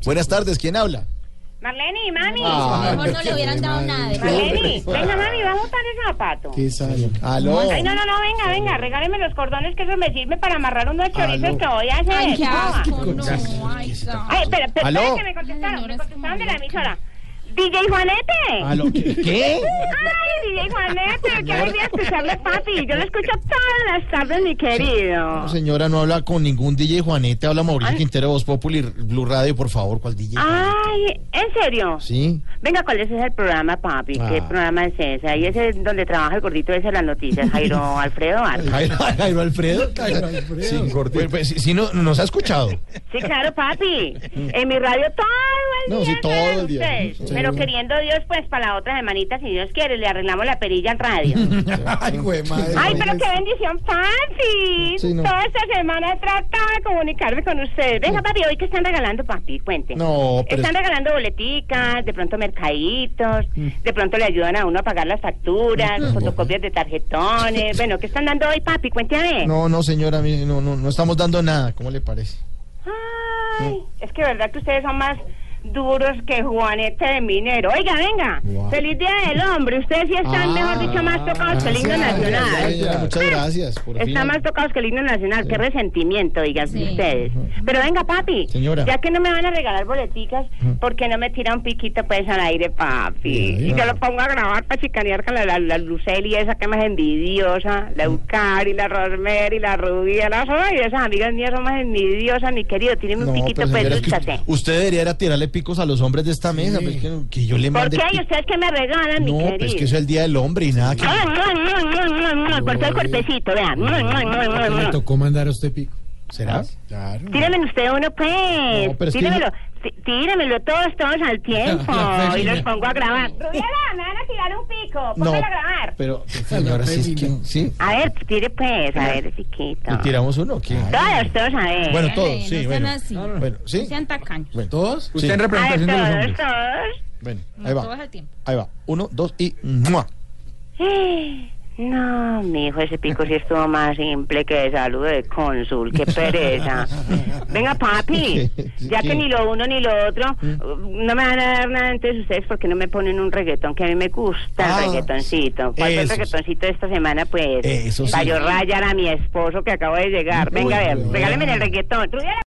Buenas tardes, ¿quién habla? Marlene, mami. Mejor no le hubieran dado nada. Marlene, venga, mami, vamos a botar el zapato. ¿Qué sale? ¿Aló? Ay, no, venga, regáleme los cordones que eso me sirve para amarrar unos chorizos que voy a hacer. Ay, qué asco, Toma. no. Ay, Ay, espera, ¿Aló? que me contestaron de la emisora. DJ Juanete. ¿Aló? ¿Qué? Ay, DJ Juanete, qué alegría escucharle, papi. Yo lo escucho todas las tardes, mi querido. No, señora, no habla con ningún DJ Juanete, habla Mauricio Quintero, Voz Populi, Blue Radio, por favor, ¿cuál DJ? Ay, ¿en serio? Sí. Venga, ¿cuál es el programa, papi? ¿Qué programa es ese? Ahí es donde trabaja el gordito ese de las noticias, Jairo Alfredo Vargas. Jairo Alfredo. Sí, gordito. Pues, sí, no, nos ha escuchado. Sí, claro, papi. En mi radio todo el día. No, sí, todo el día. Ustedes. Sí. Pero queriendo Dios, pues para la otra semanita, si Dios quiere, le arreglamos la perilla al radio. Ay, güey, madre. Ay, pero qué bendición, papi. Sí, no. Toda esta semana he tratado de comunicarme con ustedes. Venga, papi, hoy que están regalando, papi, cuente. No, pero... Están regalando boleticas, de pronto mercaditos, de pronto le ayudan a uno a pagar las facturas, fotocopias de tarjetones. Bueno, ¿qué están dando hoy, papi? Cuente a ver. No, señora, no estamos dando nada, ¿cómo le parece? Ay, es que verdad que ustedes son más duros que Juanete de Minero. Oiga, venga, Wow. Feliz Día del Hombre. Ustedes sí están, mejor dicho, más tocados que el himno nacional. Señora, muchas gracias. Por fin. Están más tocados que el himno nacional. Qué resentimiento, oigan Sí. ustedes. Pero venga, papi, Señora. ya que no me van a regalar boleticas, ¿por qué no me tira un piquito pues al aire, papi? Sí, Y yo lo pongo a grabar para chicanear con la Luceli esa que es más envidiosa, la Eucari, la Rosemary, la Rubia, y esas amigas mías son más envidiosas, mi querido. Tíreme un piquito, pero pues, señora, es que lúchate. usted debería ir a tirarle picos a los hombres de esta mesa, pues que yo le ¿Por mande... qué? ¿Y ustedes que me regalan, mi No, querido? pues que eso es el Día del Hombre y nada que... Por todo el cuerpecito, vean. Le tocó mandar a usted pico. ¿Será? Claro. Tírenmelo usted uno, pues. No, pero es que Tírenmelo. Tírenmelo todos al tiempo. Y los pongo a grabar. Rubiela, me van a tirar un pico. Póngalo a grabar. Pero, señora, si es que... ¿Sí? A ver, tire pues, a ver, chiquito. ¿Le tiramos uno o qué? Todos, a ver. Bueno, Ay, todos, no sí, sean bueno. así. Bueno, ¿sí? No sean tacaños. Bueno, ¿Todos? Usted en A ver, representación de los hombres. todos. Bueno, No ahí va. todos al tiempo. Ahí va. 1, 2 y... ¡mua! No, mi hijo, ese pico sí estuvo más simple que de saludo de cónsul, qué pereza. Venga, papi, ya que ni lo uno ni lo otro, no me van a dar nada antes ustedes porque no me ponen un reggaetón, que a mí me gusta el reggaetoncito. ¿Cuál fue el eso sí. reggaetoncito de esta semana? Pues, Eso sí. para yo rayar a mi esposo que acabo de llegar. Venga, a ver, Uy, regáleme el reggaetón.